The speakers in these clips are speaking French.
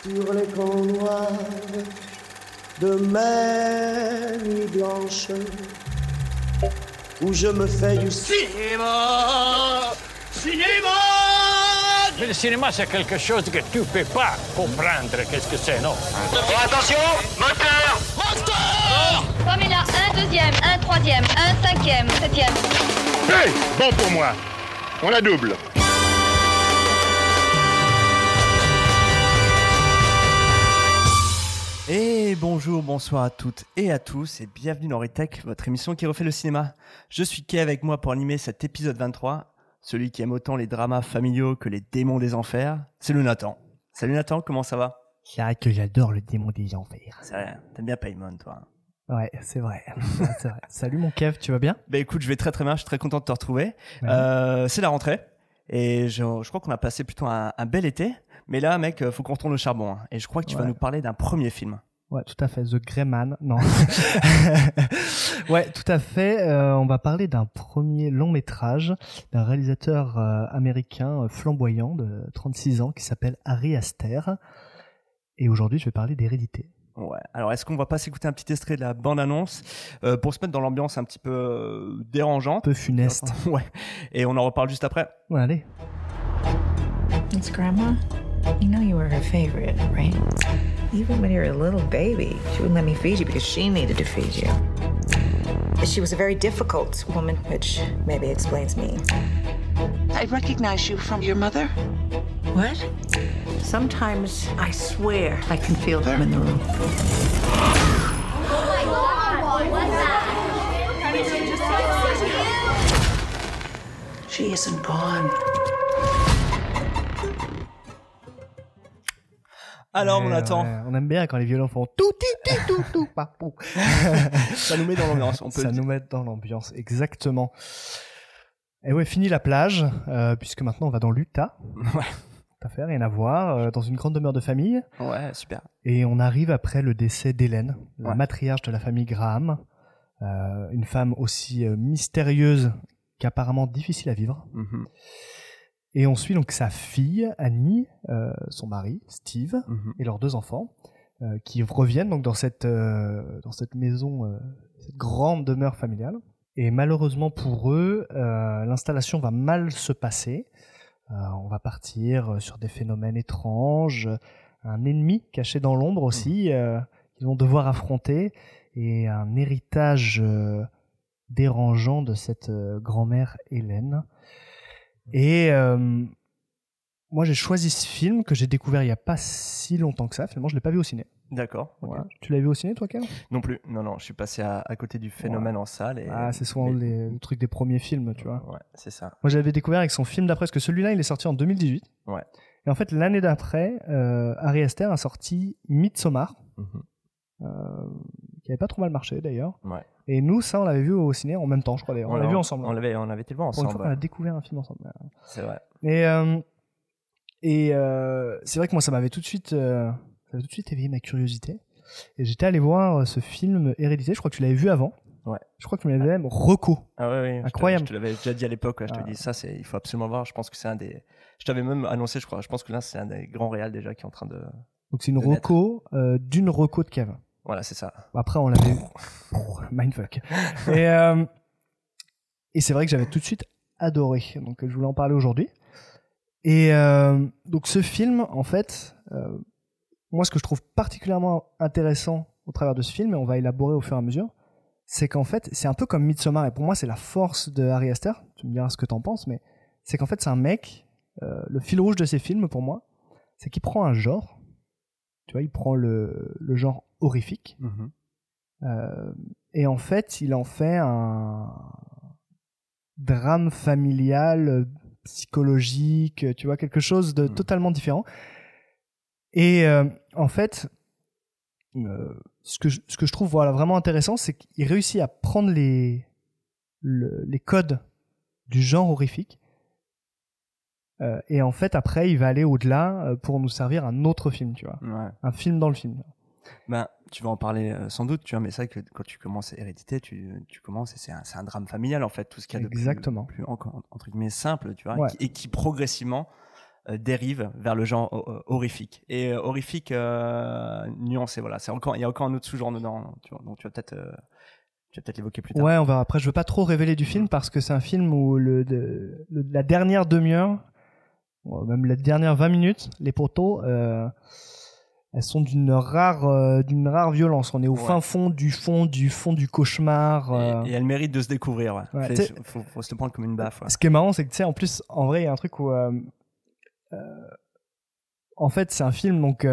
sur les camps noirs de mes nuits blanches où je me fais du cinéma. Mais le cinéma, c'est quelque chose que tu peux pas comprendre. Qu'est-ce que c'est, non? Attention, moteur! Formula 1 deuxième, 1 troisième, 1 cinquième, 7e. Hey, bon pour moi. On la double. Et bonjour, bonsoir à toutes et à tous et bienvenue dans Retech, votre émission qui refait le cinéma. Je suis Kay avec moi pour animer cet épisode 23, celui qui aime autant les dramas familiaux que les démons des enfers. C'est le Nathan. Salut Nathan, comment ça va? C'est vrai que j'adore le démon des enfers. C'est vrai, t'aimes bien Paimon toi. Ouais, c'est vrai. C'est vrai. Salut mon Kev, tu vas bien? Bah écoute, je vais très très bien, je suis très content de te retrouver. Ouais. C'est la rentrée et je crois qu'on a passé plutôt un bel été. Mais là mec, faut qu'on retourne au charbon. Hein. Et je crois que tu vas nous parler d'un premier film. Ouais, tout à fait. The Grey Man. Non. Ouais, tout à fait. On va parler d'un premier long métrage d'un réalisateur américain flamboyant de 36 ans qui s'appelle Ari Aster. Et aujourd'hui, je vais parler d'Hérédité. Ouais. Alors, est-ce qu'on va pas s'écouter un petit extrait de la bande-annonce pour se mettre dans l'ambiance un petit peu dérangeante, Un peu funeste. Ouais. Et on en reparle juste après. Ouais, allez. It's Grandma. You know you were her favorite, right? Even when you were a little baby, she wouldn't let me feed you because she needed to feed you. She was a very difficult woman, which maybe explains me. I recognize you from your mother. What? Sometimes I swear I can feel them in the room. Oh my God! What's that? She isn't gone. Alors, mon Nathan. Ouais, on aime bien quand les violons font tout, papou. Ça nous met dans l'ambiance. Ça nous met dans l'ambiance, exactement. Et ouais, fini la plage, puisque maintenant on va dans l'Utah. Ouais. Tout à fait, rien à voir, dans une grande demeure de famille. Ouais, super. Et on arrive après le décès d'Hélène, la matriarche de la famille Graham, une femme aussi mystérieuse qu'apparemment difficile à vivre. Mm-hmm. Et on suit donc sa fille, Annie, son mari, Steve, et leurs 2 enfants, qui reviennent donc dans cette maison, cette grande demeure familiale. Et malheureusement pour eux, l'installation va mal se passer. On va partir sur des phénomènes étranges, un ennemi caché dans l'ombre aussi, qu'ils vont devoir affronter, et un héritage dérangeant de cette grand-mère Hélène. Et moi j'ai choisi ce film que j'ai découvert il n'y a pas si longtemps que ça. Finalement je ne l'ai pas vu au ciné. D'accord. Okay. Voilà. Tu l'as vu au ciné toi, Ken? Non plus. Non, je suis passé à côté du phénomène en salle. Et... Ah, c'est souvent le truc des premiers films, tu vois. Ouais, c'est ça. Moi j'avais découvert avec son film d'après, parce que celui-là il est sorti en 2018. Ouais. Et en fait l'année d'après, Ari Aster a sorti Midsommar, qui avait pas trop mal marché d'ailleurs. Ouais. Et nous, ça, on l'avait vu au ciné en même temps, je crois d'ailleurs. On l'a vu ensemble. On avait été le voir ensemble. Pour une fois, on a découvert un film ensemble. C'est vrai. Et c'est vrai que moi, ça m'avait tout de suite éveillé ma curiosité. Et j'étais allé voir ce film Hérédité. Je crois que tu l'avais vu avant. Ouais. Je crois que tu me l'avais même reco. Ah ouais, incroyable. Je te l'avais déjà dit à l'époque. Ouais, je te dis ça, il faut absolument voir. Je pense que c'est un des. Je t'avais même annoncé, je crois. Je pense que là, c'est un des grands réals déjà qui est en train de. Donc c'est une reco d'une reco de Kev. Voilà, c'est ça. Après, on l'avait. Mindfuck. Et c'est vrai que j'avais tout de suite adoré. Donc je voulais en parler aujourd'hui. Et donc ce film, en fait, moi, ce que je trouve particulièrement intéressant au travers de ce film, et on va élaborer au fur et à mesure, c'est qu'en fait, c'est un peu comme Midsommar, et pour moi, c'est la force de Ari Aster. Tu me diras ce que t'en penses, mais c'est qu'en fait, c'est un mec, le fil rouge de ses films, pour moi, c'est qu'il prend un genre, tu vois, il prend le genre horrifique, et en fait, il en fait un drame familial, psychologique, tu vois, quelque chose de totalement différent. Et en fait, ce que je trouve vraiment intéressant, c'est qu'il réussit à prendre les codes du genre horrifique, et en fait après il va aller au-delà pour nous servir un autre film, tu vois, un film dans le film. Ben, tu vas en parler sans doute, tu vois, mais c'est vrai que quand tu commences Hérédité, tu commences et c'est un drame familial en fait, tout ce qu'il y a de plus entre guillemets simple, tu vois, et qui progressivement dérive vers le genre horrifique. Et horrifique nuancé, voilà. Il y a encore un autre sous-genre dedans, tu vois, donc tu vas peut-être l'évoquer plus tard. Ouais, on verra. Après, je veux pas trop révéler du film parce que c'est un film où la dernière demi-heure, même les dernières 20 minutes, les poteaux, elles sont d'une rare violence. On est au fin fond du cauchemar. Et elles méritent de se découvrir. Ouais, faut se le prendre comme une baffe. Ouais. Ce qui est marrant, c'est que tu sais, en plus, en vrai, il y a un truc où, en fait, c'est un film donc,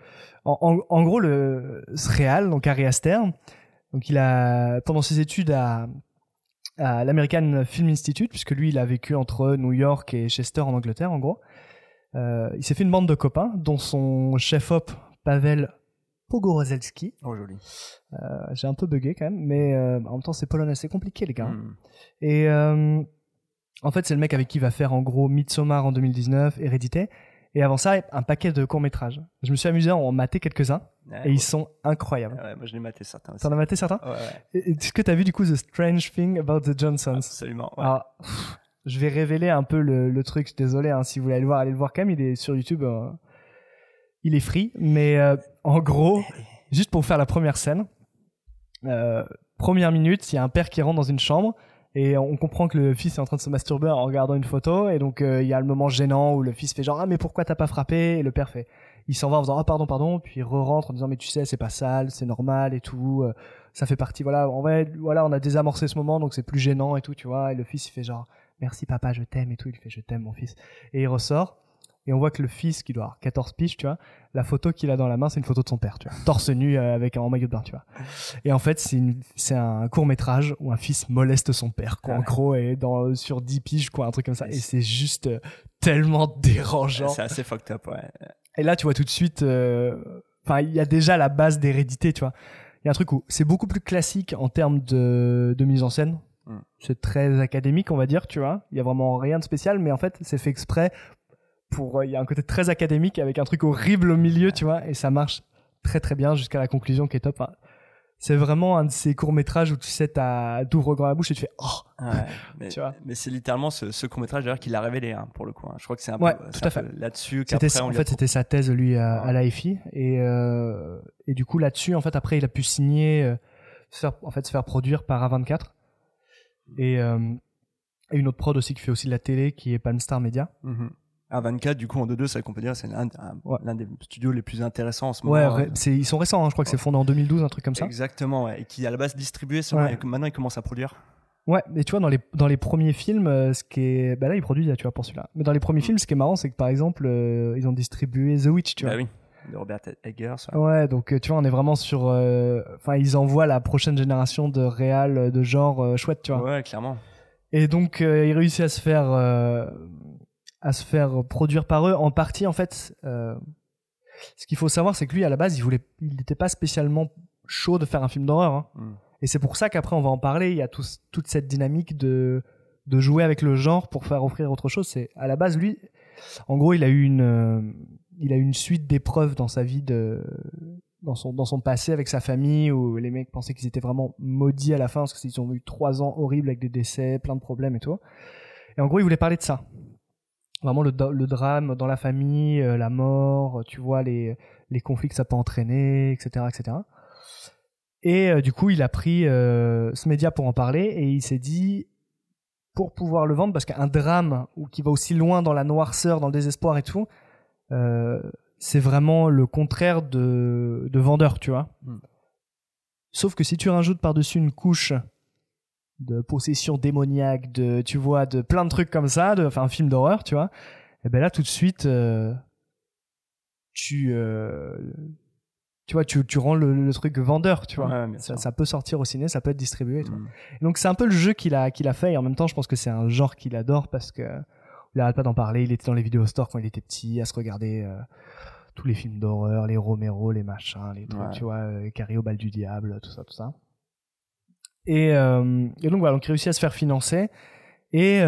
en gros, ce réal, donc Ari Aster, donc il a pendant ses études à l'American Film Institute, puisque lui, il a vécu entre New York et Chester en Angleterre, en gros. Il s'est fait une bande de copains, dont son chef-op Pavel Pogorzelski. Oh, joli. J'ai un peu bugué quand même, mais en même temps, c'est polonais, c'est compliqué, les gars. Et en fait, c'est le mec avec qui il va faire en gros Midsommar en 2019, Hérédité, et avant ça, un paquet de courts-métrages. Je me suis amusé à en mater quelques-uns, et ils sont incroyables. Ouais, moi je l'ai maté certains aussi. T'en as maté certains? Ouais. Est-ce que t'as vu du coup The Strange Thing About the Johnsons? Absolument. Ouais. Alors, je vais révéler un peu le truc, désolé, hein, si vous voulez aller le voir, allez le voir quand même, il est sur YouTube, il est free, mais en gros, juste pour faire la première scène, première minute, il y a un père qui rentre dans une chambre, et on comprend que le fils est en train de se masturber en regardant une photo, et donc il y a le moment gênant où le fils fait genre « Ah mais pourquoi t'as pas frappé ?» Et le père fait, il s'en va en faisant « Ah pardon », puis il re-rentre en disant « Mais tu sais, c'est pas sale, c'est normal et tout, ça fait partie, voilà, en vrai, voilà, on a désamorcé ce moment, donc c'est plus gênant et tout, tu vois », et le fils il fait genre « Merci papa, je t'aime » et tout, il fait « Je t'aime mon fils », et il ressort. Et on voit que le fils, qui doit avoir 14 piges, tu vois, la photo qu'il a dans la main, c'est une photo de son père, tu vois. Torse nu, en maillot de bain, tu vois. Et en fait, c'est un court-métrage où un fils moleste son père, quoi, en gros, et sur 10 piges, quoi, un truc comme ça. Et c'est juste tellement dérangeant. C'est assez fucked up, ouais. Et là, tu vois tout de suite, il y a déjà la base d'hérédité, tu vois. Il y a un truc où c'est beaucoup plus classique en termes de mise en scène. C'est très académique, on va dire, tu vois. Il y a vraiment rien de spécial, mais en fait, c'est fait exprès il y a un côté très académique avec un truc horrible au milieu, tu vois, et ça marche très très bien jusqu'à la conclusion qui est top. Enfin, c'est vraiment un de ces courts-métrages où tu sais, t'ouvres grand la bouche et tu fais « Oh !» tu vois. Mais c'est littéralement ce court-métrage d'ailleurs qu'il a révélé, hein, pour le coup. Hein. Je crois que c'est un peu, tout à fait. Là-dessus qu'après c'était sa thèse, lui, à l'AFI. Et du coup, là-dessus, en fait, après, il a pu signer, se faire produire par A24. Et une autre prod aussi qui fait aussi de la télé, qui est Palm Star Media. A24, du coup, en 2-2, c'est qu'on peut dire c'est l'un des studios les plus intéressants en ce moment. Ouais, ils sont récents, hein, je crois que c'est fondé en 2012, un truc comme ça. Exactement, ouais, et qui à la base distribuait, et maintenant ils commencent à produire. Ouais, mais tu vois, dans les premiers films, ce qui est... Bah là, ils produisent, tu vois, pour celui-là. Mais dans les premiers films, ce qui est marrant, c'est que par exemple, ils ont distribué The Witch, tu vois. Bah oui, de Robert Eggers. Ouais, donc tu vois, on est vraiment sur... Enfin, ils envoient la prochaine génération de réal de genre chouette, tu vois. Ouais, clairement. Et donc, ils réussissent à se faire produire par eux en partie en fait. Ce qu'il faut savoir, c'est que lui à la base il n'était pas spécialement chaud de faire un film d'horreur, hein. Et c'est pour ça qu'après on va en parler, il y a toute cette dynamique de jouer avec le genre pour faire offrir autre chose. C'est à la base, lui en gros il a eu une suite d'épreuves dans sa vie, dans son passé avec sa famille, où les mecs pensaient qu'ils étaient vraiment maudits à la fin parce qu'ils ont eu 3 ans horribles avec des décès, plein de problèmes et tout. Et en gros il voulait parler de ça. Vraiment le drame dans la famille, la mort, tu vois, les conflits que ça peut entraîner, etc., etc. Et du coup, il a pris ce média pour en parler, et il s'est dit, pour pouvoir le vendre, parce qu'un drame qui va aussi loin dans la noirceur, dans le désespoir et tout, c'est vraiment le contraire de vendeur, tu vois. Sauf que si tu rajoutes par-dessus une couche de possession démoniaque, tu vois, de plein de trucs comme ça, enfin un film d'horreur, tu vois, et ben là tout de suite tu rends le truc vendeur, tu vois. Ouais, ça peut sortir au ciné, ça peut être distribué et tout. Et donc c'est un peu le jeu qu'il a fait, et en même temps je pense que c'est un genre qu'il adore parce que il arrête pas d'en parler. Il était dans les vidéos stores quand il était petit à se regarder tous les films d'horreur, les Romero, les machins, les trucs, tu vois, Carré au bal du diable, tout ça. Et donc voilà, donc il réussit à se faire financer, et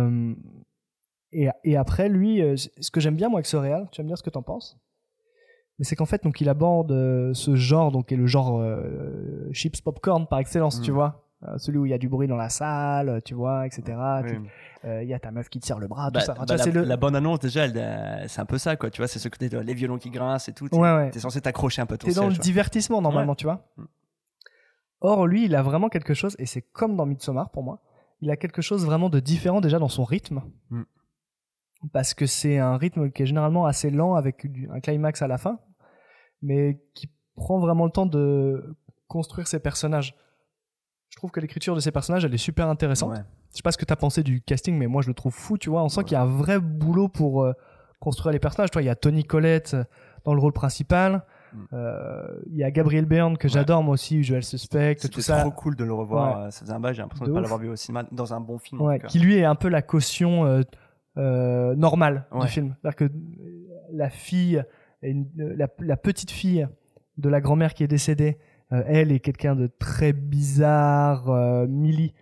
après lui, ce que j'aime bien moi avec ce réal, tu vas me dire ce que t'en penses, mais c'est qu'en fait donc il aborde ce genre, donc qui est le genre chips popcorn par excellence, tu vois, celui où il y a du bruit dans la salle, tu vois, etc. Oui. Il y a ta meuf qui te serre le bras, tout ça. Enfin, tu vois, la bonne annonce déjà, c'est un peu ça, quoi. Tu vois, c'est ce côté de les violons qui grincent et tout. T'es censé t'accrocher un peu à ton siège. T'es dans le divertissement normalement, tu vois. Or, lui, il a vraiment quelque chose, et c'est comme dans Midsommar pour moi. Il a quelque chose vraiment de différent déjà dans son rythme. Parce que c'est un rythme qui est généralement assez lent avec un climax à la fin, mais qui prend vraiment le temps de construire ses personnages. Je trouve que l'écriture de ces personnages, elle est super intéressante. Je sais pas ce que t'as pensé du casting, mais moi je le trouve fou, tu vois. On sent qu'il y a un vrai boulot pour construire les personnages. Toi, il y a Toni Collette dans le rôle principal. Il y a Gabriel Byrne que j'adore moi aussi, Usual Suspect, tout ça. C'était trop cool de le revoir. Ça faisait un bail, j'ai l'impression de pas l'avoir vu au cinéma dans un bon film. Qui lui est un peu la caution normale du film. C'est-à-dire que la fille, la petite fille de la grand-mère qui est décédée, elle est quelqu'un de très bizarre. Millie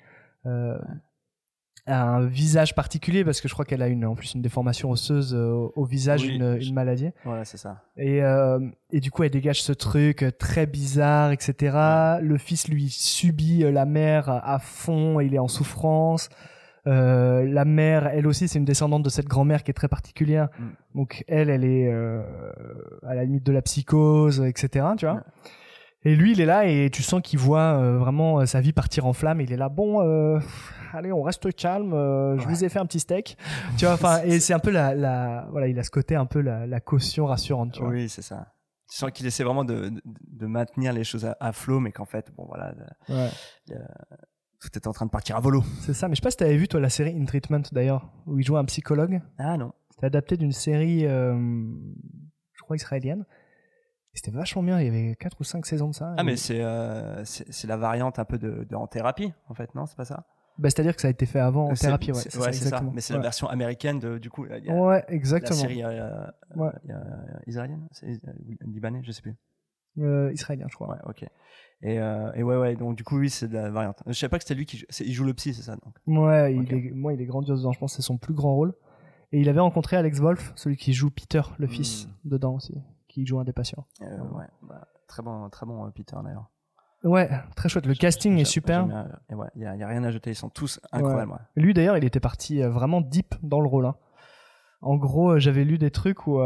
a un visage particulier parce que je crois qu'elle a en plus une déformation osseuse au visage, une maladie. Voilà, c'est ça. Et du coup, elle dégage ce truc très bizarre, etc. Le fils, lui, subit la mère à fond, il est en souffrance. La mère, elle aussi, c'est une descendante de cette grand-mère qui est très particulière. Donc, elle est à la limite de la psychose, etc. Tu vois. Et lui, il est là et tu sens qu'il voit vraiment sa vie partir en flammes. Il est là, bon, allez, on reste calme. Je vous ai fait un petit steak, tu vois. Enfin, et c'est un peu voilà, il a ce côté un peu la caution rassurante, tu vois. Oui, c'est ça. Tu sens qu'il essaie vraiment de maintenir les choses à flot, mais qu'en fait, bon, voilà, tout est en train de partir à volo. C'est ça. Mais je sais pas si t'avais vu toi la série In Treatment d'ailleurs, où il joue un psychologue. Ah non. C'était adapté d'une série, je crois israélienne. C'était vachement bien, il y avait 4 ou 5 saisons de ça. Ah, mais c'est la variante un peu de en thérapie, en fait, non? C'est pas ça? Bah, c'est-à-dire que ça a été fait avant en thérapie, c'est ça. Mais c'est la version américaine du coup. Exactement. La série israélienne, c'est libanais, je sais plus. Israélien, je crois. Ouais, ok. Et donc du coup, oui, c'est de la variante. Je savais pas que c'était lui il joue le psy, c'est ça, donc. Ouais, il est grandiose dedans, je pense que c'est son plus grand rôle. Et il avait rencontré Alex Wolff, celui qui joue Peter, le fils, dedans aussi, qui joue un des patients. Très bon Peter d'ailleurs. Ouais, très chouette. Le casting est super. Il y a rien à jeter, ils sont tous incroyables. Ouais. Lui d'ailleurs, il était parti vraiment deep dans le rôle. Hein. En gros, j'avais lu des trucs où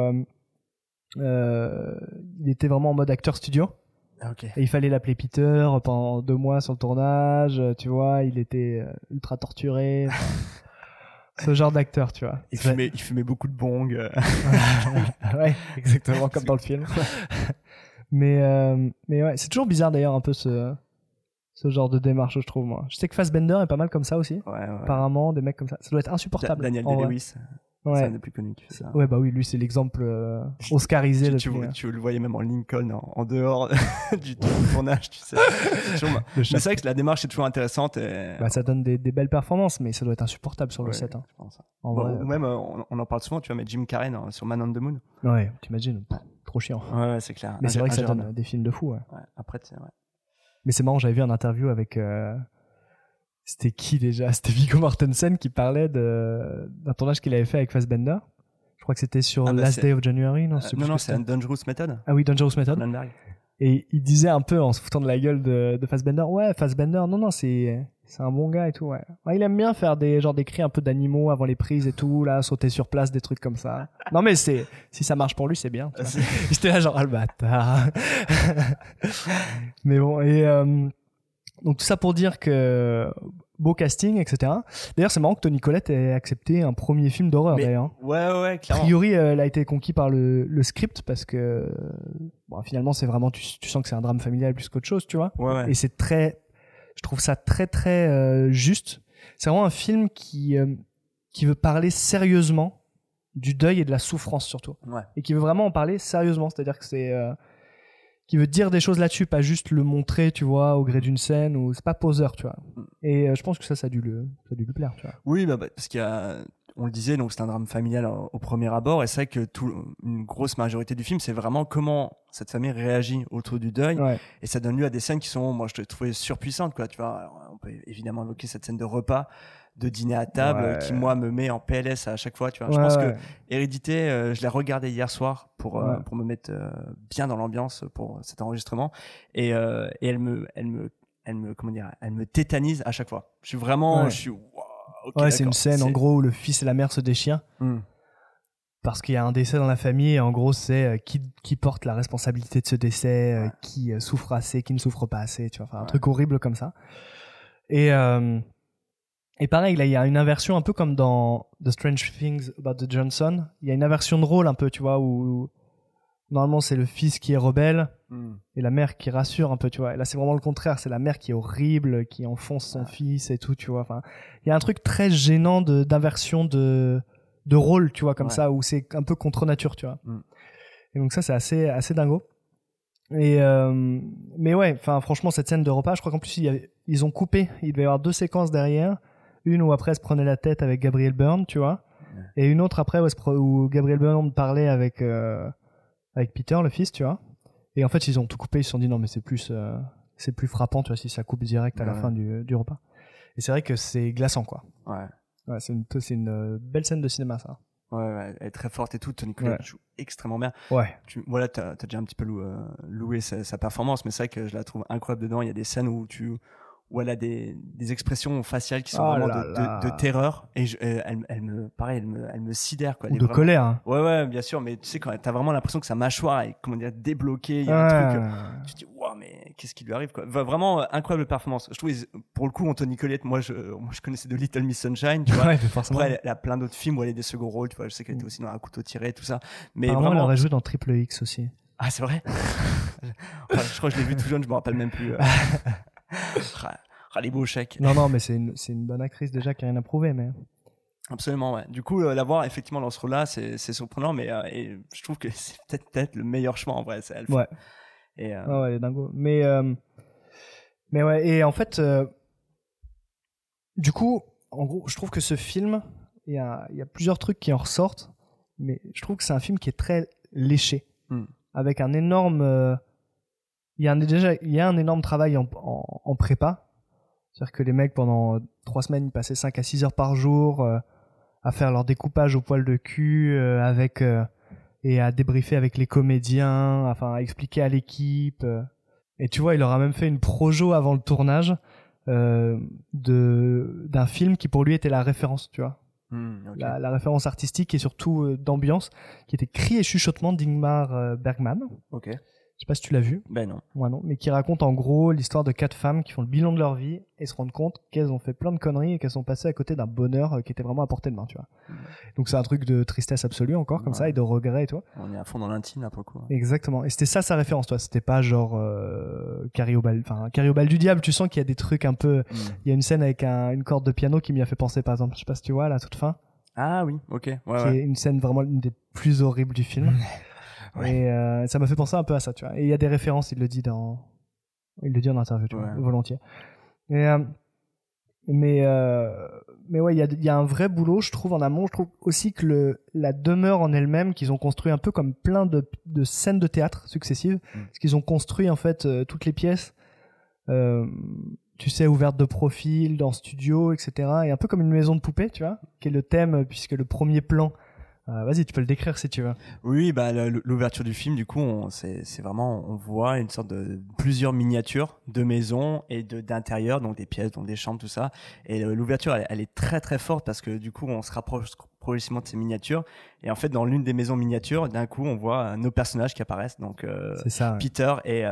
il était vraiment en mode acteur studio. Okay. Et il fallait l'appeler Peter pendant 2 mois sur le tournage, tu vois, il était ultra torturé. Ce genre d'acteur, tu vois. Il fumait beaucoup de bong. Ouais, exactement, comme dans le film. Mais ouais, c'est toujours bizarre d'ailleurs un peu ce genre de démarche, je trouve, moi. Je sais que Fassbender est pas mal comme ça aussi. Ouais. Apparemment, des mecs comme ça. Ça doit être insupportable. Daniel Day-Lewis. Ouais. C'est un des plus connus qui fait ça. Ouais, bah oui, lui, c'est l'exemple oscarisé. Tu le voyais même en Lincoln, en dehors du tournage, tu sais. Mais c'est vrai que la démarche est toujours intéressante. Bah, ça donne des belles performances, mais ça doit être insupportable sur le set. Hein. Je pense. Vrai, ou même, on en parle souvent, tu vois, mais Jim Carrey sur Man on the Moon. Ouais, t'imagines. Trop chiant. Ouais, c'est clair. Mais c'est vrai que ça donne des films de fou. Ouais. Après, c'est vrai. Mais c'est marrant, j'avais vu une interview avec... C'était qui déjà? C'était Viggo Mortensen qui parlait d'un tournage qu'il avait fait avec Fassbender. Je crois que c'était sur Last Day of January. Non, c'est un Dangerous Method. Ah oui, Dangerous Method. Et il disait un peu en se foutant de la gueule de Fassbender, ouais, Fassbender, non, c'est un bon gars et tout, ouais. Ouais, il aime bien faire des cris un peu d'animaux avant les prises et tout, là, sauter sur place, des trucs comme ça. Non, mais si ça marche pour lui, c'est bien. J'étais là genre, ah, le bâtard. Mais bon, et donc tout ça pour dire que beau casting, etc. D'ailleurs, c'est marrant que Toni Collette ait accepté un premier film d'horreur, d'ailleurs. Ouais, clairement. A priori, elle a été conquise par le script parce que finalement, c'est vraiment, tu sens que c'est un drame familial plus qu'autre chose, tu vois. Ouais. Et c'est je trouve ça très, très juste. C'est vraiment un film qui veut parler sérieusement du deuil et de la souffrance, surtout. Ouais. Et qui veut vraiment en parler sérieusement. C'est-à-dire que c'est... qui veut dire des choses là-dessus, pas juste le montrer, tu vois, au gré d'une scène, ou c'est pas poseur, tu vois. Et je pense que ça a dû lui plaire, tu vois. Oui, parce qu'il y a, on le disait, donc c'est un drame familial au premier abord, et c'est vrai que une grosse majorité du film, c'est vraiment comment cette famille réagit autour du deuil, et ça donne lieu à des scènes qui sont, moi, je trouvais surpuissantes, quoi, tu vois. Alors, on peut évidemment évoquer cette scène de repas, de dîner à table, qui moi me met en PLS à chaque fois, tu vois. Je pense que Hérédité, je l'ai regardé hier soir pour me mettre bien dans l'ambiance pour cet enregistrement, et elle me me tétanise à chaque fois. Je suis vraiment, wow, okay, c'est une scène en gros où le fils et la mère se déchirent. Parce qu'il y a un décès dans la famille et en gros c'est qui porte la responsabilité de ce décès, qui souffre assez, qui ne souffre pas assez, tu vois, enfin un truc horrible comme ça. Et pareil, là il y a une inversion un peu comme dans The Strange Things About the Johnson, il y a une inversion de rôle un peu, tu vois, où normalement c'est le fils qui est rebelle et la mère qui rassure un peu, tu vois. Et là c'est vraiment le contraire, c'est la mère qui est horrible, qui enfonce son fils et tout, tu vois. Enfin, il y a un truc très gênant d'inversion de rôle, tu vois, comme ça, où c'est un peu contre nature, tu vois. Et donc ça c'est assez dingo. Et mais ouais, enfin franchement cette scène de repas, je crois qu'en plus ils ont coupé, il devait y avoir 2 séquences derrière, une où après elle se prenait la tête avec Gabriel Byrne, tu vois, et une autre après où Gabriel Byrne parlait avec Peter, le fils, tu vois. Et en fait ils ont tout coupé, ils se sont dit non mais c'est plus frappant, tu vois, si ça coupe direct à la fin du repas. Et c'est vrai que c'est glaçant, quoi. Ouais, c'est une belle scène de cinéma, ça. Ouais, elle est très forte et tout. Toni Collette joue extrêmement bien. Ouais. T'as déjà un petit peu loué sa performance, mais c'est vrai que je la trouve incroyable dedans. Il y a des scènes où elle a des expressions faciales qui sont vraiment de terreur, et elle me sidère, quoi. Ou de colère. Hein. Ouais, bien sûr, mais tu sais, quand t'as vraiment l'impression que sa mâchoire est, débloquée, il y a un truc, tu te dis, waouh, mais qu'est-ce qui lui arrive, quoi. Vraiment, incroyable performance. Je trouve, pour le coup, Anthony Collette, moi, je connaissais de Little Miss Sunshine, tu vois. Ouais, forcément. Après, elle a plein d'autres films où elle est des seconds rôles, tu vois. Je sais qu'elle était aussi dans Un couteau tiré, tout ça. Mais vraiment, elle aurait joué dans Triple X aussi. Ah, c'est vrai? Je crois que je l'ai vu tout jeune, je me rappelle même plus. Les beaux chèques. Non, mais c'est une bonne actrice déjà qui a rien à prouver, mais. Absolument, ouais. Du coup, la voir effectivement dans ce rôle-là, c'est surprenant, mais et je trouve que c'est peut-être le meilleur choix en vrai, c'est elle. Ouais. Et ouais, elle est dingo. Mais ouais, et en fait, du coup, en gros, je trouve que ce film, il y a plusieurs trucs qui en ressortent, mais je trouve que c'est un film qui est très léché, avec un énorme. Il y a un énorme travail en prépa. C'est-à-dire que les mecs, pendant 3 semaines, ils passaient 5 à 6 heures par jour à faire leur découpage au poil de cul et à débriefer avec les comédiens, enfin à expliquer à l'équipe. Et tu vois, il leur a même fait une projo avant le tournage d'un film qui pour lui était la référence, tu vois. Okay. La référence artistique et surtout d'ambiance, qui était Cris et chuchotements d'Ingmar Bergman. Ok. Je sais pas si tu l'as vu. Ben non. Moi non, mais qui raconte en gros l'histoire de 4 femmes qui font le bilan de leur vie et se rendent compte qu'elles ont fait plein de conneries et qu'elles sont passées à côté d'un bonheur qui était vraiment à portée de main, tu vois. Donc c'est un truc de tristesse absolue encore comme ça, et de regret et tout. On est à fond dans l'intime là pour le coup. Exactement. Et c'était ça sa référence, toi. C'était pas genre Carrie au bal du diable. Tu sens qu'il y a des trucs un peu. Il y a une scène avec une corde de piano qui m'y a fait penser, par exemple. Je sais pas si tu vois, à la toute fin. Ah oui, ok. Qui est une scène vraiment une des plus horribles du film. Ouais. Et ça m'a fait penser un peu à ça, tu vois. Et il y a des références, il le dit en interview, tu vois, volontiers. Mais ouais, il y a un vrai boulot, je trouve, en amont. Je trouve aussi que la demeure en elle-même, qu'ils ont construit un peu comme plein de scènes de théâtre successives, parce qu'ils ont construit en fait toutes les pièces, tu sais, ouvertes de profil, dans studio, etc. Et un peu comme une maison de poupée, tu vois, qui est le thème, puisque le premier plan. Vas-y, tu peux le décrire si tu veux. Oui, bah l'ouverture du film, du coup, c'est vraiment, on voit une sorte de plusieurs miniatures de maisons et d'intérieur, donc des pièces, donc des chambres, tout ça. Et l'ouverture, elle est très très forte parce que du coup, on se rapproche progressivement de ces miniatures. Et en fait, dans l'une des maisons miniatures, d'un coup, on voit nos personnages qui apparaissent. Donc ça, ouais. Peter et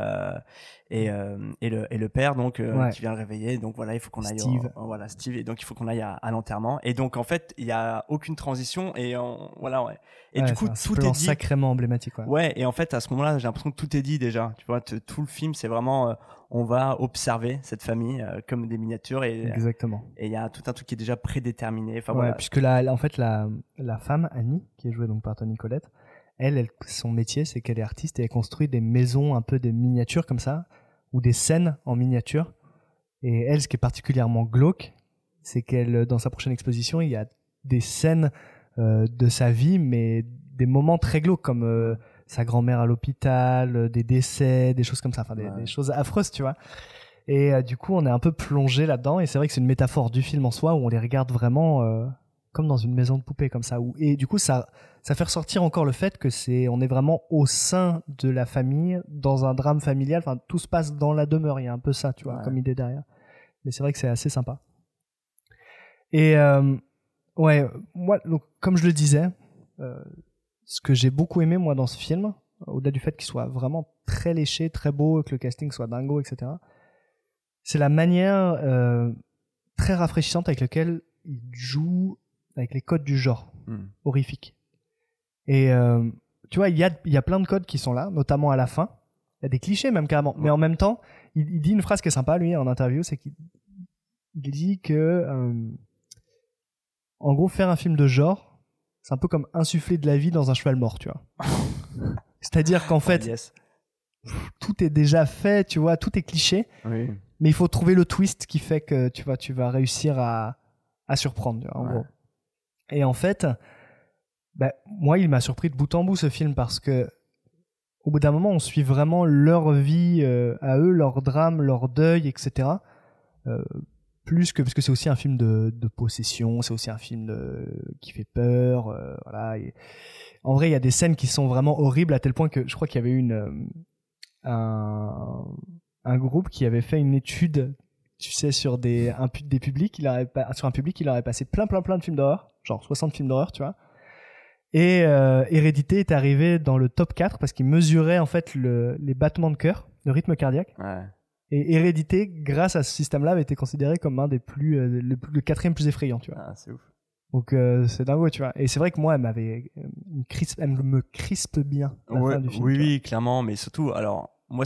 le père, donc qui vient le réveiller. Donc voilà, il faut qu'on aille. Steve. Et donc il faut qu'on aille à l'enterrement. Et donc en fait, il y a aucune transition et voilà, ouais. Et du coup, tout est dit. Sacrément emblématique, ouais. Ouais. Et en fait, à ce moment-là, j'ai l'impression que tout est dit déjà. Tu vois, tout le film, c'est vraiment, on va observer cette famille comme des miniatures et. Exactement. Et il y a tout un truc qui est déjà prédéterminé. Enfin, voilà. Puisque en fait, la femme Annie, qui est jouée donc par Toni Collette, elle, son métier, c'est qu'elle est artiste et elle construit des maisons, un peu des miniatures comme ça, ou des scènes en miniature. Et elle, ce qui est particulièrement glauque, c'est qu'elle, dans sa prochaine exposition, il y a des scènes de sa vie, mais des moments très glauques, comme sa grand-mère à l'hôpital, des décès, des choses comme ça, enfin des choses affreuses, tu vois. Et du coup, on est un peu plongé là-dedans, et c'est vrai que c'est une métaphore du film en soi, où on les regarde vraiment comme dans une maison de poupée comme ça. Et du coup, ça fait ressortir encore le fait que on est vraiment au sein de la famille, dans un drame familial. Enfin, tout se passe dans la demeure. Il y a un peu ça, tu vois, comme idée derrière. Mais c'est vrai que c'est assez sympa. Et moi, donc, comme je le disais, ce que j'ai beaucoup aimé moi dans ce film, au-delà du fait qu'il soit vraiment très léché, très beau, que le casting soit dingo, etc., c'est la manière très rafraîchissante avec laquelle il joue avec les codes du genre horrifique. Et tu vois, il y a plein de codes qui sont là, notamment à la fin. Il y a des clichés même carrément. Mais en même temps, il dit une phrase qui est sympa, lui, en interview, c'est qu'il dit que, en gros, faire un film de genre, c'est un peu comme insuffler de la vie dans un cheval mort, tu vois. C'est-à-dire qu'en fait, tout est déjà fait, tu vois, tout est cliché. Oui. Mais il faut trouver le twist qui fait que tu vas réussir à surprendre, tu vois, en gros. Et en fait, moi, il m'a surpris de bout en bout ce film parce que au bout d'un moment, on suit vraiment leur vie à eux, leur drame, leur deuil, etc. Parce que c'est aussi un film de possession, c'est aussi un film qui fait peur. Voilà. Et en vrai, il y a des scènes qui sont vraiment horribles à tel point que je crois qu'il y avait eu un groupe qui avait fait une étude, tu sais, sur un public. Sur un public, il aurait passé plein de films d'horreur, genre 60 films d'horreur, tu vois. Et Hérédité est arrivé dans le top 4 parce qu'il mesurait en fait les battements de cœur, le rythme cardiaque. Ouais. Et Hérédité, grâce à ce système-là, avait été considéré comme un des le quatrième plus effrayant, tu vois. Ah, c'est ouf. Donc c'est dingo, tu vois. Et c'est vrai que moi, elle me crispe bien la fin du film. Oui, clairement, mais surtout, alors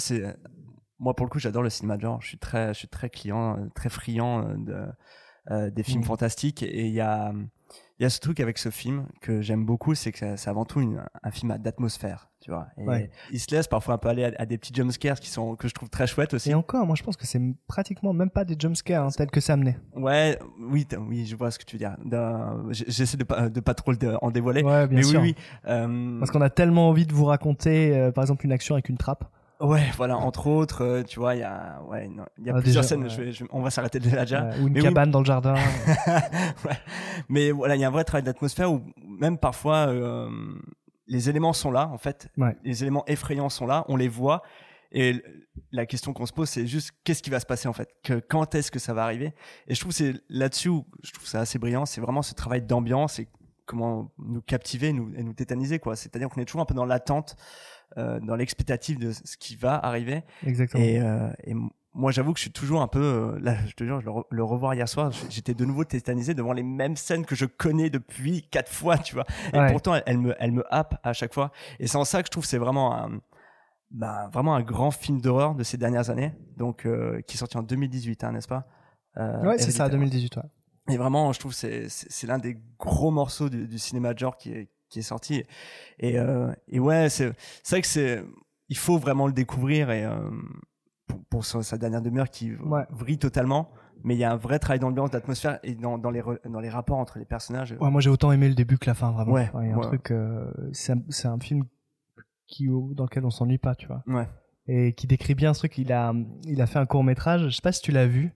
moi pour le coup, j'adore le cinéma de genre. Je suis très client, très friand des films fantastiques. Et il y a ce truc avec ce film que j'aime beaucoup, c'est que c'est avant tout un film d'atmosphère, tu vois. Et il se laisse parfois un peu aller à des petits jumpscares que je trouve très chouettes aussi. Et encore, moi je pense que c'est pratiquement même pas des jumpscares tels que c'est amené. Ouais, oui, je vois ce que tu veux dire. J'essaie de pas trop en dévoiler. Ouais, bien sûr. Oui. Parce qu'on a tellement envie de vous raconter, par exemple, une action avec une trappe. Ouais, voilà, entre autres, tu vois, il y a plusieurs scènes, on va s'arrêter déjà. Ou une cabane dans le jardin. Ouais. Mais voilà, il y a un vrai travail d'atmosphère où même parfois, les éléments sont là, en fait. Ouais. Les éléments effrayants sont là, on les voit. Et la question qu'on se pose, c'est juste qu'est-ce qui va se passer, en fait? Quand est-ce que ça va arriver? Et je trouve que c'est là-dessus où je trouve ça assez brillant. C'est vraiment ce travail d'ambiance et comment nous captiver et nous tétaniser, quoi. C'est-à-dire qu'on est toujours un peu dans l'attente, dans l'expectative de ce qui va arriver. Exactement. Et moi, j'avoue que je suis toujours un peu là, je te jure, le revoir hier soir, j'étais de nouveau tétanisé devant les mêmes scènes que je connais depuis 4 fois, tu vois. Et pourtant, elle me happe à chaque fois. Et c'est en ça que je trouve que c'est vraiment vraiment un grand film d'horreur de ces dernières années, donc qui est sorti en 2018, n'est-ce pas? Ouais, c'est ça, 2018. Ouais. Et vraiment, je trouve que c'est l'un des gros morceaux du cinéma de genre qui est sorti. Et ouais, c'est vrai que il faut vraiment le découvrir et pour sa dernière demeure qui vrille totalement. Mais il y a un vrai travail d'ambiance, d'atmosphère et dans les rapports entre les personnages. Ouais, moi j'ai autant aimé le début que la fin, vraiment. Ouais, il y a un truc, c'est un film dans lequel on s'ennuie pas, tu vois. Ouais. Et qui décrit bien ce truc. Il a fait un court-métrage, je sais pas si tu l'as vu,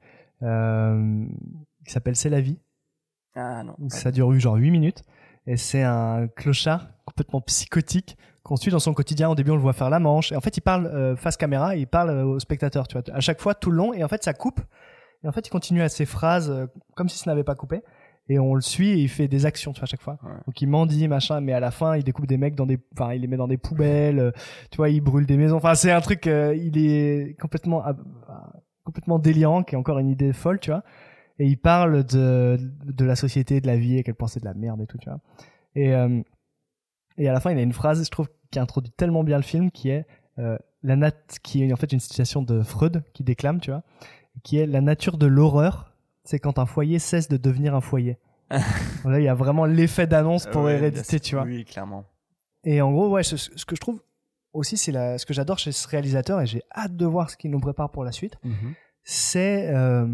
qui s'appelle C'est la vie. Ah non. Ça dure genre 8 minutes. Et c'est un clochard complètement psychotique qu'on suit dans son quotidien. Au début, on le voit faire la manche. Et en fait, il parle face caméra et il parle au spectateur, tu vois, à chaque fois, tout le long. Et en fait, ça coupe. Et en fait, il continue à ses phrases comme si ça n'avait pas coupé. Et on le suit et il fait des actions, tu vois, à chaque fois. Ouais. Donc, il mendie, machin. Mais à la fin, il découpe des mecs il les met dans des poubelles. Tu vois, il brûle des maisons. Enfin, c'est un truc, il est complètement délirant, qui est encore une idée folle, tu vois. Et il parle de la société, de la vie, et qu'elle pensait de la merde et tout, tu vois. Et à la fin, il y a une phrase, je trouve, qui introduit tellement bien le film, qui est qui est en fait une citation de Freud, qui déclame, tu vois, qui est la nature de l'horreur, c'est quand un foyer cesse de devenir un foyer. Là, il y a vraiment l'effet d'annonce pour Hérédité, tu vois. Oui, clairement. Et en gros, ouais, ce que je trouve aussi, c'est ce que j'adore chez ce réalisateur, et j'ai hâte de voir ce qu'il nous prépare pour la suite, c'est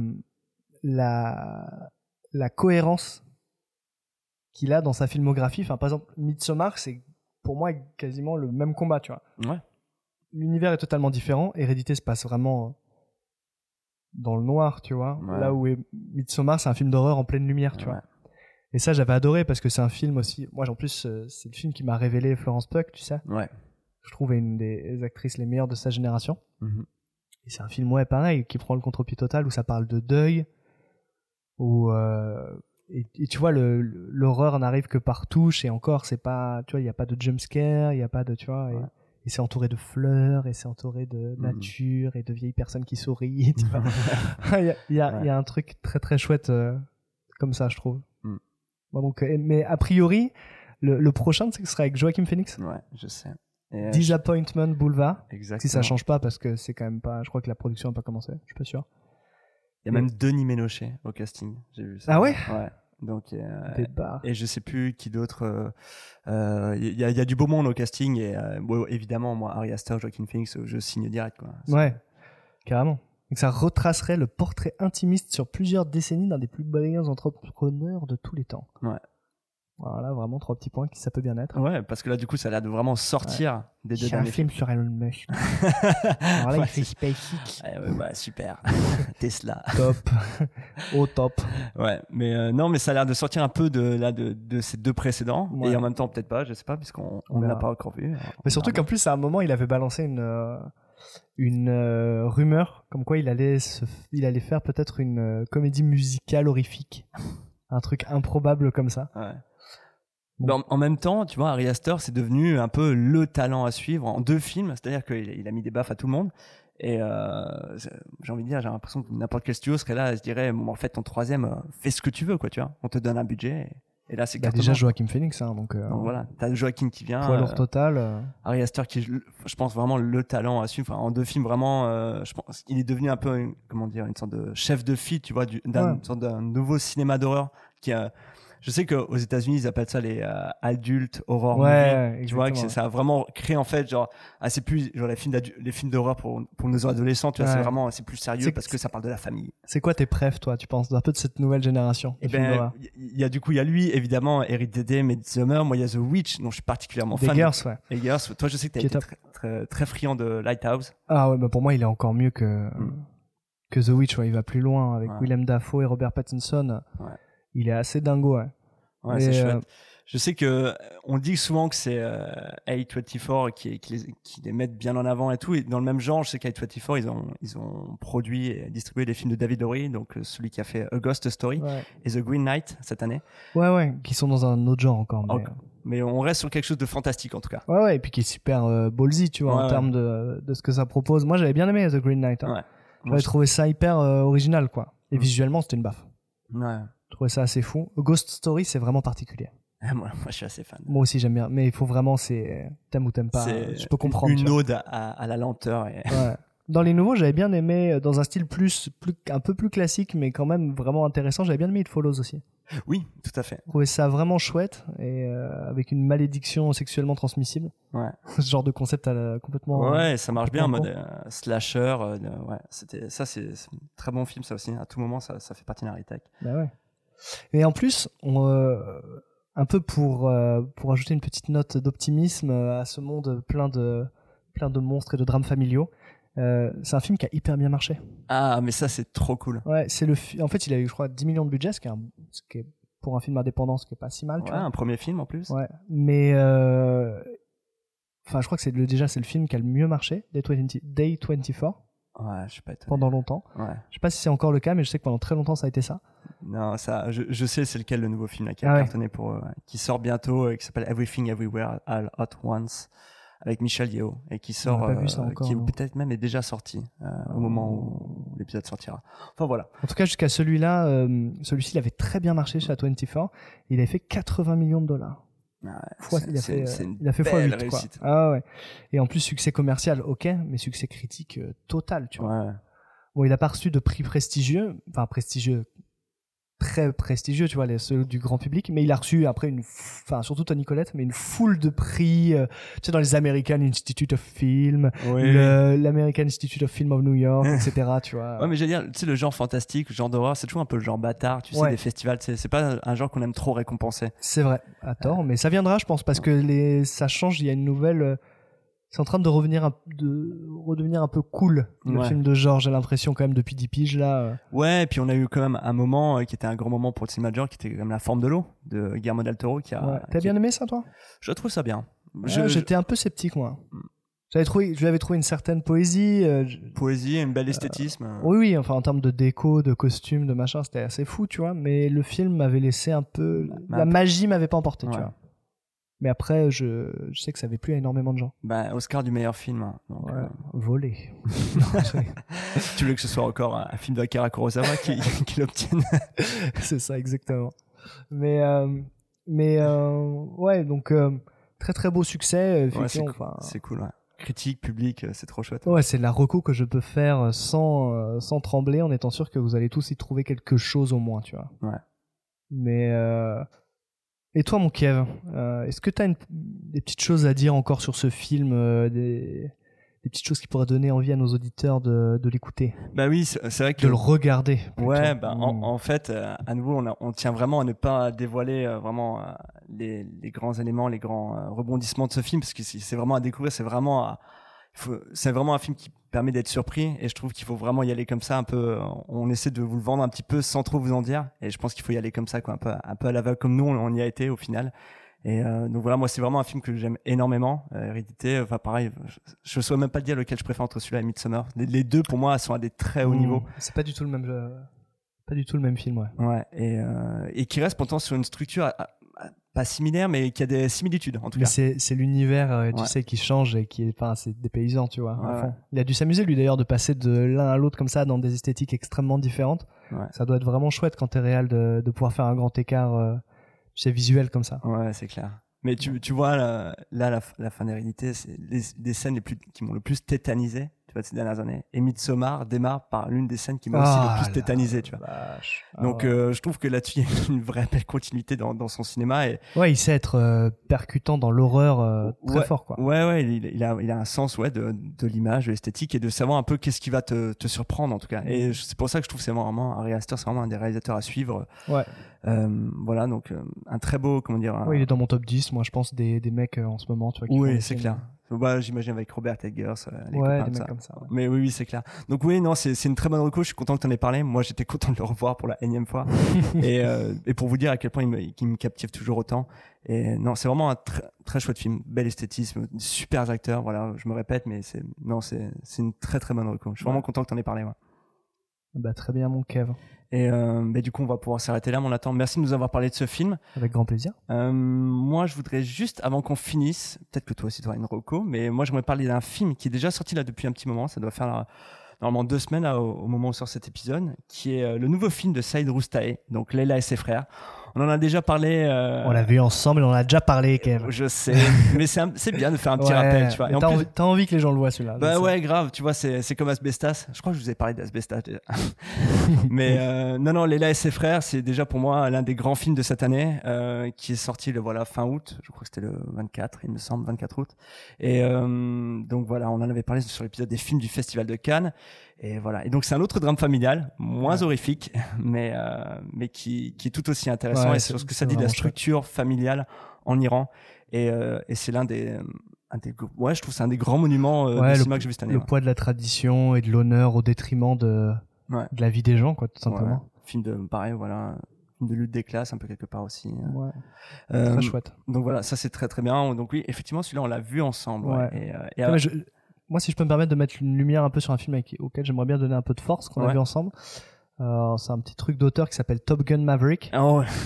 la cohérence qu'il a dans sa filmographie. Enfin, par exemple, Midsommar, c'est pour moi quasiment le même combat, tu vois. Ouais. L'univers est totalement différent. Hérédité se passe vraiment dans le noir, tu vois. Ouais. Là où Midsommar, c'est un film d'horreur en pleine lumière, tu vois. Et ça, j'avais adoré parce que c'est un film aussi. Moi, en plus, c'est le film qui m'a révélé Florence Pugh, tu sais. Ouais. Je trouve une des actrices les meilleures de sa génération. Et c'est un film, ouais, pareil, qui prend le contre-pied total, où ça parle de deuil, où et tu vois, l'horreur n'arrive que par touche, et encore, c'est pas, tu vois, il y a pas de jump scare, il y a pas de, tu vois, et c'est entouré de fleurs, et c'est entouré de nature et de vieilles personnes qui sourient. Tu vois. Il y a un truc très très chouette comme ça, je trouve. Bon, donc, mais a priori, le prochain, ce sera avec Joaquin Phoenix. Ouais, je sais. Et Disappointment Boulevard. Exactement. Si ça change pas, parce que c'est quand même pas. Je crois que la production n'a pas commencé. Je suis pas sûr. Il y a même Denis Ménochet au casting. J'ai vu ça. Ah ouais. Ouais. Donc Des barres. et je sais plus qui d'autre. Il y a du beau monde au casting et bon, évidemment moi Ari Aster, Joaquin Phoenix, je signe direct quoi. Ouais, carrément. Donc ça retracerait le portrait intimiste sur plusieurs décennies d'un des plus brillants entrepreneurs de tous les temps. Ouais. Voilà, vraiment 3 petits points qui ça peut bien être. Ouais, parce que là du coup ça a l'air de vraiment sortir des deux derniers films. C'est un film sur Elon Musk. Alors là, il fait SpaceX. Ouais, bah super. Tesla. Top. Au top. Ouais, mais non, mais ça a l'air de sortir un peu de ces deux précédents et en même temps peut-être pas, je sais pas, puisqu'on ne l'a pas encore vu. Mais surtout qu'en plus à un moment il avait balancé une rumeur comme quoi il allait faire peut-être une comédie musicale horrifique. Un truc improbable comme ça. Ouais. Bon. En même temps, tu vois, Ari Aster, c'est devenu un peu le talent à suivre en 2 films, c'est-à-dire qu'il a mis des baffes à tout le monde. Et j'ai envie de dire, j'ai l'impression que n'importe quel studio serait là et se dirait, bon, en fait, ton 3e, fais ce que tu veux, quoi, tu vois. On te donne un budget. Et là, c'est déjà Joaquin Phoenix, hein, donc voilà, t'as Joaquin qui vient. Poids lourd total. Ari Aster qui est, je pense, vraiment le talent à suivre. Enfin, en 2 films, vraiment, je pense qu'il est devenu un peu, comment dire, une sorte de chef de file, tu vois, une sorte d'un nouveau cinéma d'horreur qui a. Je sais qu'aux États-Unis ils appellent ça les adultes horror movies. Tu vois que ça a vraiment créé en fait genre c'est plus genre les films d'horreur pour nos adolescents, tu vois, c'est vraiment c'est plus sérieux parce que ça parle de la famille. C'est quoi tes préfs toi, tu penses un peu de cette nouvelle génération? Et ben il y a lui évidemment, Hérédité, Midsommar, moi il y a The Witch dont je suis particulièrement fan. Eggers, toi je sais que tu as été très très friand de Lighthouse. Ah ouais, bah pour moi il est encore mieux que The Witch, ouais, il va plus loin avec Willem Dafoe et Robert Pattinson. Ouais. Il est assez dingo, ouais. Ouais, c'est chouette. Je sais que on dit souvent que c'est A24 qui les mettent bien en avant et tout. Et dans le même genre, je sais qu'A24 ils ont produit et distribué les films de David Lowery, donc celui qui a fait A Ghost Story et The Green Knight cette année. Ouais, qui sont dans un autre genre encore. Mais on reste sur quelque chose de fantastique en tout cas. Ouais, et puis qui est super ballsy, tu vois, en termes de ce que ça propose. Moi, j'avais bien aimé The Green Knight. Hein. J'avais trouvé ça hyper original, quoi. Et visuellement, c'était une baffe. Ouais. Je trouvais ça assez fou. Ghost Story, c'est vraiment particulier. Moi, je suis assez fan. Moi aussi, j'aime bien. Mais il faut vraiment, t'aimes ou t'aimes pas. Je peux comprendre. Une ode à la lenteur. Ouais. Dans les nouveaux, j'avais bien aimé, dans un style un peu plus classique, mais quand même vraiment intéressant. J'avais bien aimé It Follows aussi. Oui, tout à fait. Je trouvais ça vraiment chouette et avec une malédiction sexuellement transmissible. Ouais. Ce genre de concept complètement. Ouais, ça marche bien en mode slasher. C'est un très bon film, ça aussi. À tout moment, ça fait partie d'un Tech. Bah ouais. Et en plus, un peu pour ajouter une petite note d'optimisme à ce monde plein de monstres et de drames familiaux, c'est un film qui a hyper bien marché. Ah, mais ça, c'est trop cool. Ouais, en fait, il a eu, je crois, 10 millions de budget, ce qui est pour un film indépendant, ce qui est pas si mal. Ouais, un premier film en plus. Ouais, mais enfin, je crois que c'est le film qui a le mieux marché, Day 24. Ouais, je suis pas étonné. Pendant longtemps. Ouais. Je sais pas si c'est encore le cas, mais je sais que pendant très longtemps ça a été ça. Non, ça, je sais c'est lequel le nouveau film là, qui a cartonné qui sort bientôt, qui s'appelle Everything Everywhere All at Once avec Michel Yeoh et qui sort, encore, qui peut-être même est déjà sorti au moment où l'épisode sortira. Enfin voilà. En tout cas jusqu'à celui-là, celui-ci il avait très bien marché chez A24. Il avait fait 80 millions de dollars. Il a fait x8 réussite. Ah ouais. Et en plus succès commercial, ok, mais succès critique total, tu vois. Ouais. Bon, il a pas reçu de prix prestigieux, très prestigieux, tu vois, ceux du grand public, mais il a reçu après surtout Toni Collette, mais une foule de prix, tu sais, dans les American Institute of Film, l'American Institute of Film of New York, etc., tu vois. Ouais, mais j'allais dire, tu sais, le genre fantastique, le genre d'horreur, c'est toujours un peu le genre bâtard, tu sais, des festivals, c'est pas un genre qu'on aime trop récompenser. C'est vrai, à tort, mais ça viendra, je pense, parce que ça change, il y a une nouvelle, c'est en train de redevenir un peu cool, le film de genre, j'ai l'impression quand même depuis 10 piges là. Ouais, et puis on a eu quand même un moment qui était un grand moment pour le cinéma de genre, qui était quand même La Forme de l'eau de Guillermo del Toro. T'as bien aimé ça, toi? Je trouve ça bien. J'étais un peu sceptique, moi. Je l'avais trouvé une certaine poésie. Poésie, un bel esthétisme. Oui, enfin en termes de déco, de costume, de machin, c'était assez fou, tu vois. Mais le film m'avait laissé un peu... La magie m'avait pas emporté, tu vois. Mais après, je sais que ça avait plu à énormément de gens. Oscar du meilleur film. Hein, donc, volé. Tu veux que ce soit encore un film d'Akira Kurosawa qui l'obtienne? C'est ça, exactement. Mais ouais, donc très très beau succès. C'est cool, ouais. Critique, public, c'est trop chouette. Ouais, c'est la reco que je peux faire sans trembler, en étant sûr que vous allez tous y trouver quelque chose au moins, tu vois. Ouais. Mais et toi, mon Kev, est-ce que t'as des petites choses à dire encore sur ce film, des petites choses qui pourraient donner envie à nos auditeurs de l'écouter? Bah oui, c'est vrai que de le regarder. Plutôt. Ouais, en fait, à nouveau, on tient vraiment à ne pas dévoiler vraiment les grands éléments, les grands rebondissements de ce film, parce que c'est vraiment à découvrir. C'est vraiment un film qui permet d'être surpris, et je trouve qu'il faut vraiment y aller comme ça, un peu. On essaie de vous le vendre un petit peu sans trop vous en dire, et je pense qu'il faut y aller comme ça, quoi, un peu à l'aveugle, comme nous on y a été au final. Et donc voilà, moi c'est vraiment un film que j'aime énormément. Hérédité, enfin pareil, je saurais même pas te dire lequel je préfère entre celui-là et Midsommar. Les deux pour moi sont à des très hauts niveaux. C'est pas du tout le même film, ouais. Ouais, et qui reste pourtant sur une structure pas similaire, mais qui a des similitudes en tout cas. C'est l'univers, tu sais, qui change et qui est, enfin, c'est dépaysant, tu vois. Ouais. Il a dû s'amuser lui d'ailleurs de passer de l'un à l'autre comme ça dans des esthétiques extrêmement différentes. Ouais. Ça doit être vraiment chouette quand t'es réel de pouvoir faire un grand écart. C'est visuel comme ça. Ouais, c'est clair. Mais tu vois, là, la fin d'Hérédité, c'est des scènes qui m'ont le plus tétanisé, tu vois, ces dernières années. Et Midsommar démarre par l'une des scènes qui m'a aussi le plus tétanisé, tu vois. Donc, je trouve que là-dessus, il y a une vraie belle continuité dans son cinéma. Et... Ouais, il sait être percutant dans l'horreur très fort, quoi. Ouais, il a un sens, de l'image, de l'esthétique, et de savoir un peu qu'est-ce qui va te surprendre, en tout cas. Et c'est pour ça que je trouve que c'est vraiment, Ari Aster, c'est vraiment un des réalisateurs à suivre. Ouais. Voilà, donc un très beau, comment dire. Oui, il est dans mon top 10, moi je pense, des mecs en ce moment, tu vois. Oui, c'est clair. J'imagine avec Robert Eggers, les copains des mecs comme ça. Ouais. Mais oui, c'est clair. Donc oui, non, c'est une très bonne reco. Je suis content que tu en aies parlé. Moi, j'étais content de le revoir pour la énième fois. et pour vous dire à quel point il me captive toujours autant. Et non, c'est vraiment un très chouette film, bel esthétisme, super acteurs. Voilà, je me répète, mais c'est une très très bonne reco. Je suis vraiment content que tu en aies parlé. Ouais. Bah très bien, mon Kev. Et du coup, on va pouvoir s'arrêter là, mon Nathan. Merci de nous avoir parlé de ce film. Avec grand plaisir. Moi, je voudrais juste, avant qu'on finisse, peut-être que toi aussi tu auras une reco, mais moi, j'aimerais parler d'un film qui est déjà sorti là depuis un petit moment. Ça doit faire normalement 2 semaines là, au moment où sort cet épisode, qui est le nouveau film de Saïd Roustaé, donc Leila et ses frères. On en a déjà parlé. On l'a vu ensemble, on en a déjà parlé, Kev. Je sais, mais c'est bien de faire un petit rappel, tu vois. Et t'as envie que les gens le voient, celui-là. Bah ouais, grave, tu vois, c'est comme Asbestas. Je crois que je vous ai parlé d'Asbestas déjà. Mais non, Leila et ses frères, c'est déjà pour moi l'un des grands films de cette année, qui est sorti fin août. Je crois que c'était le 24, il me semble, 24 août. Et donc voilà, on en avait parlé sur l'épisode des films du Festival de Cannes. Et voilà. Et donc c'est un autre drame familial, moins horrifique, mais qui est tout aussi intéressant, et sur ce que ça dit de la structure familiale en Iran. Et c'est l'un des je trouve que c'est un des grands monuments de cinéma que j'ai vu cette année. Le poids de la tradition et de l'honneur au détriment de la vie des gens, quoi, tout simplement. Ouais. Film de lutte des classes, un peu quelque part aussi. Ouais. Très chouette. Donc voilà, ça c'est très très bien. Donc oui, effectivement, celui-là on l'a vu ensemble. Ouais. Moi, si je peux me permettre de mettre une lumière un peu sur un film auquel j'aimerais bien donner un peu de force, qu'on a vu ensemble. C'est un petit truc d'auteur qui s'appelle Top Gun Maverick. Oh ouais.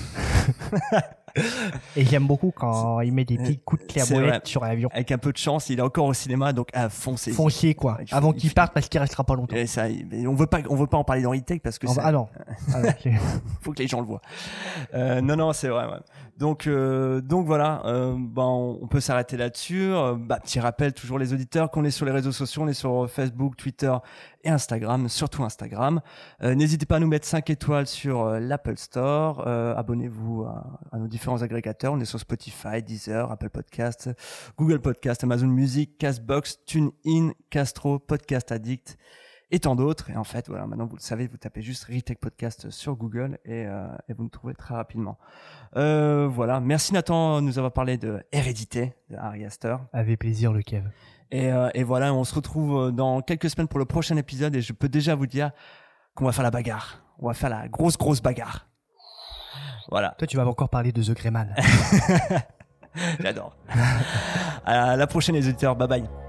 Et j'aime beaucoup quand il met des petits coups de clairbolette sur l'avion. Avec un peu de chance, il est encore au cinéma, donc à foncer. Foncier, quoi. Avant qu'il parte, parce qu'il restera pas longtemps. Et ça, on veut pas en parler dans Retech parce que Ah non. Faut que les gens le voient. Non, c'est vrai, ouais. Donc voilà, on peut s'arrêter là-dessus. Petit rappel, toujours les auditeurs, qu'on est sur les réseaux sociaux, on est sur Facebook, Twitter et Instagram, surtout Instagram. N'hésitez pas à nous mettre 5 étoiles sur l'Apple Store. Abonnez-vous à nos différents agrégateurs. On est sur Spotify, Deezer, Apple Podcasts, Google Podcasts, Amazon Music, Castbox, TuneIn, Castro, Podcast Addict et tant d'autres. Et en fait, voilà, maintenant vous le savez, vous tapez juste Retech Podcast sur Google et vous nous trouvez très rapidement. Voilà, merci Nathan de nous avoir parlé de Hérédité de Ari Aster. Avec plaisir, le Kev. Et voilà, on se retrouve dans quelques semaines pour le prochain épisode et je peux déjà vous dire qu'on va faire la bagarre. On va faire la grosse bagarre. Voilà. Toi, tu vas encore parler de The Greyman. J'adore. À la prochaine les auditeurs. Bye bye.